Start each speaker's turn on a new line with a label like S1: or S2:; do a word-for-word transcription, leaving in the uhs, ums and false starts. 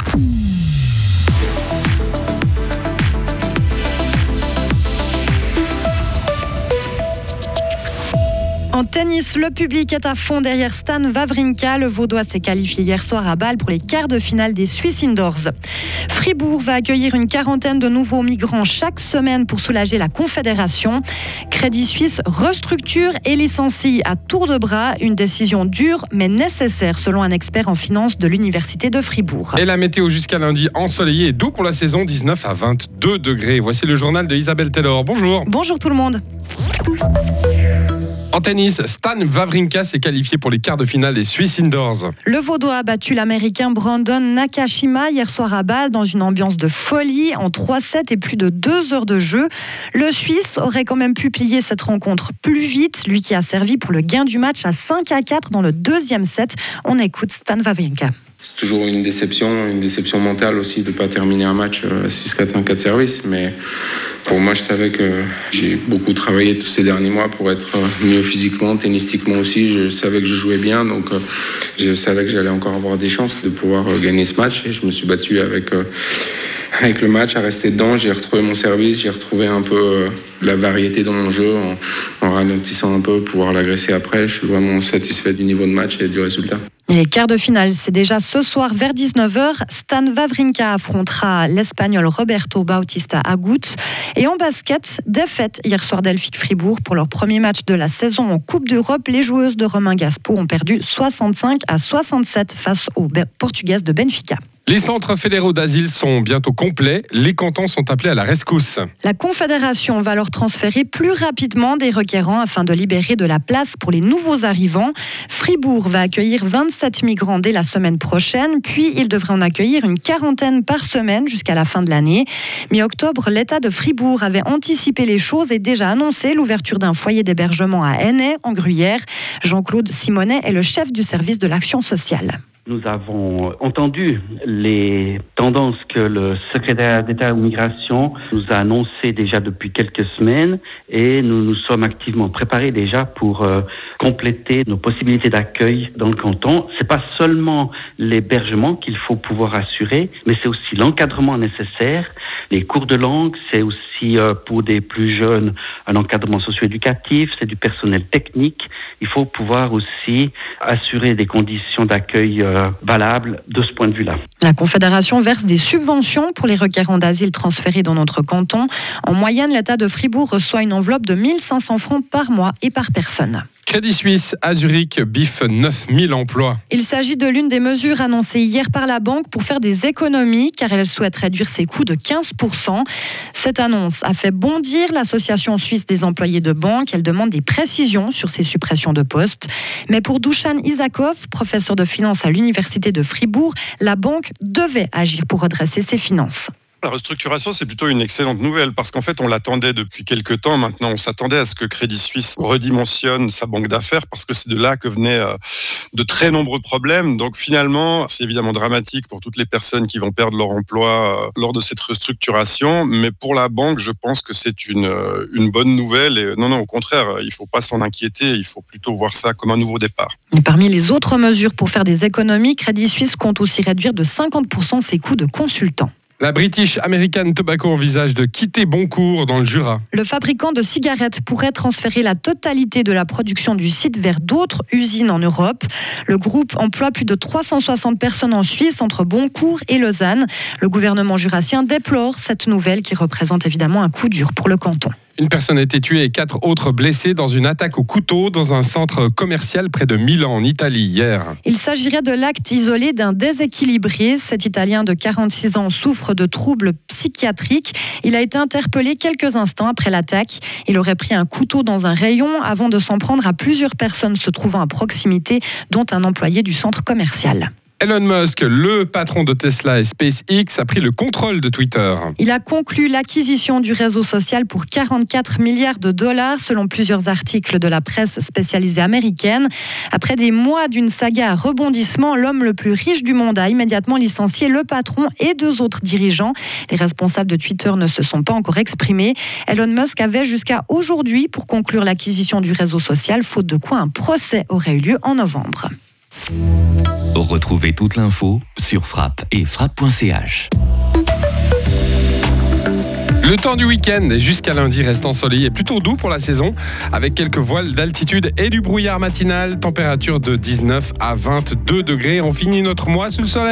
S1: En tennis, le public est à fond derrière Stan Wawrinka. Le Vaudois s'est qualifié hier soir à Bâle pour les quarts de finale des Swiss Indoors. Fribourg va accueillir une quarantaine de nouveaux migrants chaque semaine pour soulager la Confédération. Crédit Suisse restructure et licencie à tour de bras. Une décision dure mais nécessaire selon un expert en finance de l'Université de Fribourg.
S2: Et la météo jusqu'à lundi ensoleillée et doux pour la saison, dix-neuf à vingt-deux degrés. Voici le journal de Isabelle Taylor. Bonjour.
S1: Bonjour tout le monde.
S2: En tennis, Stan Wawrinka s'est qualifié pour les quarts de finale des Swiss Indoors.
S1: Le Vaudois a battu l'Américain Brandon Nakashima hier soir à Bâle dans une ambiance de folie en trois sets et plus de deux heures de jeu. Le Suisse aurait quand même pu plier cette rencontre plus vite, lui qui a servi pour le gain du match à cinq à quatre dans le deuxième set. On écoute Stan Wawrinka.
S3: C'est toujours une déception, une déception mentale aussi de ne pas terminer un match à six quatre cinq quatre services. Mais pour moi, je savais que j'ai beaucoup travaillé tous ces derniers mois pour être mieux physiquement, tennistiquement aussi. Je savais que je jouais bien, donc je savais que j'allais encore avoir des chances de pouvoir gagner ce match. Et je me suis battu avec, avec le match, à rester dedans. J'ai retrouvé mon service, j'ai retrouvé un peu la variété dans mon jeu en, en ralentissant un peu, pouvoir l'agresser après. Je suis vraiment satisfait du niveau de match et du résultat.
S1: Et les quarts de finale, c'est déjà ce soir vers dix-neuf heures. Stan Wawrinka affrontera l'Espagnol Roberto Bautista Agut. Et en basket, défaite hier soir d'Elphick Fribourg pour leur premier match de la saison en Coupe d'Europe. Les joueuses de Romain Gaspo ont perdu soixante-cinq à soixante-sept face aux Portugaises de Benfica.
S2: Les centres fédéraux d'asile sont bientôt complets. Les cantons sont appelés à la rescousse.
S1: La Confédération va leur transférer plus rapidement des requérants afin de libérer de la place pour les nouveaux arrivants. Fribourg va accueillir vingt-sept migrants dès la semaine prochaine, puis il devrait en accueillir une quarantaine par semaine jusqu'à la fin de l'année. Mi-octobre, l'État de Fribourg avait anticipé les choses et déjà annoncé l'ouverture d'un foyer d'hébergement à Hennay, en Gruyère. Jean-Claude Simonet est le chef du service de l'action sociale.
S4: Nous avons entendu les tendances que le secrétaire d'État aux migrations nous a annoncées déjà depuis quelques semaines et nous nous sommes activement préparés déjà pour euh, compléter nos possibilités d'accueil dans le canton. C'est pas seulement l'hébergement qu'il faut pouvoir assurer, mais c'est aussi l'encadrement nécessaire. Les cours de langue, c'est aussi euh, pour des plus jeunes un encadrement socio-éducatif, c'est du personnel technique. Il faut pouvoir aussi assurer des conditions d'accueil euh, valables de ce point de vue-là.
S1: La Confédération verse des subventions pour les requérants d'asile transférés dans notre canton. En moyenne, l'État de Fribourg reçoit une enveloppe de mille cinq cents francs par mois et par personne.
S2: Crédit Suisse à Zurich biffe neuf mille emplois.
S1: Il s'agit de l'une des mesures annoncées hier par la banque pour faire des économies car elle souhaite réduire ses coûts de quinze pour cent. Cette annonce a fait bondir l'Association suisse des employés de banque. Elle demande des précisions sur ces suppressions de postes. Mais pour Dusan Isakov, professeur de finance à l'Université de Fribourg, la banque devait agir pour redresser ses finances.
S5: La restructuration, c'est plutôt une excellente nouvelle parce qu'en fait, on l'attendait depuis quelques temps. Maintenant, on s'attendait à ce que Crédit Suisse redimensionne sa banque d'affaires parce que c'est de là que venaient de très nombreux problèmes. Donc finalement, c'est évidemment dramatique pour toutes les personnes qui vont perdre leur emploi lors de cette restructuration. Mais pour la banque, je pense que c'est une, une bonne nouvelle. Et non, non, au contraire, il ne faut pas s'en inquiéter. Il faut plutôt voir ça comme un nouveau départ.
S1: Et parmi les autres mesures pour faire des économies, Crédit Suisse compte aussi réduire de cinquante pour cent ses coûts de consultants.
S2: La British American Tobacco envisage de quitter Boncourt dans le Jura.
S1: Le fabricant de cigarettes pourrait transférer la totalité de la production du site vers d'autres usines en Europe. Le groupe emploie plus de trois cent soixante personnes en Suisse entre Boncourt et Lausanne. Le gouvernement jurassien déplore cette nouvelle qui représente évidemment un coup dur pour le canton.
S2: Une personne a été tuée et quatre autres blessées dans une attaque au couteau dans un centre commercial près de Milan en Italie hier.
S1: Il s'agirait de l'acte isolé d'un déséquilibré. Cet Italien de quarante-six ans souffre de troubles psychiatriques. Il a été interpellé quelques instants après l'attaque. Il aurait pris un couteau dans un rayon avant de s'en prendre à plusieurs personnes se trouvant à proximité, dont un employé du centre commercial.
S2: Elon Musk, le patron de Tesla et SpaceX, a pris le contrôle de Twitter.
S1: Il a conclu l'acquisition du réseau social pour quarante-quatre milliards de dollars, selon plusieurs articles de la presse spécialisée américaine. Après des mois d'une saga à rebondissement, l'homme le plus riche du monde a immédiatement licencié le patron et deux autres dirigeants. Les responsables de Twitter ne se sont pas encore exprimés. Elon Musk avait jusqu'à aujourd'hui pour conclure l'acquisition du réseau social, faute de quoi un procès aurait eu lieu en novembre.
S6: Retrouvez toute l'info sur Frappe et frappe point c h.
S2: Le temps du week-end jusqu'à lundi reste ensoleillé et plutôt doux pour la saison, avec quelques voiles d'altitude et du brouillard matinal, température de dix-neuf à vingt-deux degrés. On finit notre mois sous le soleil.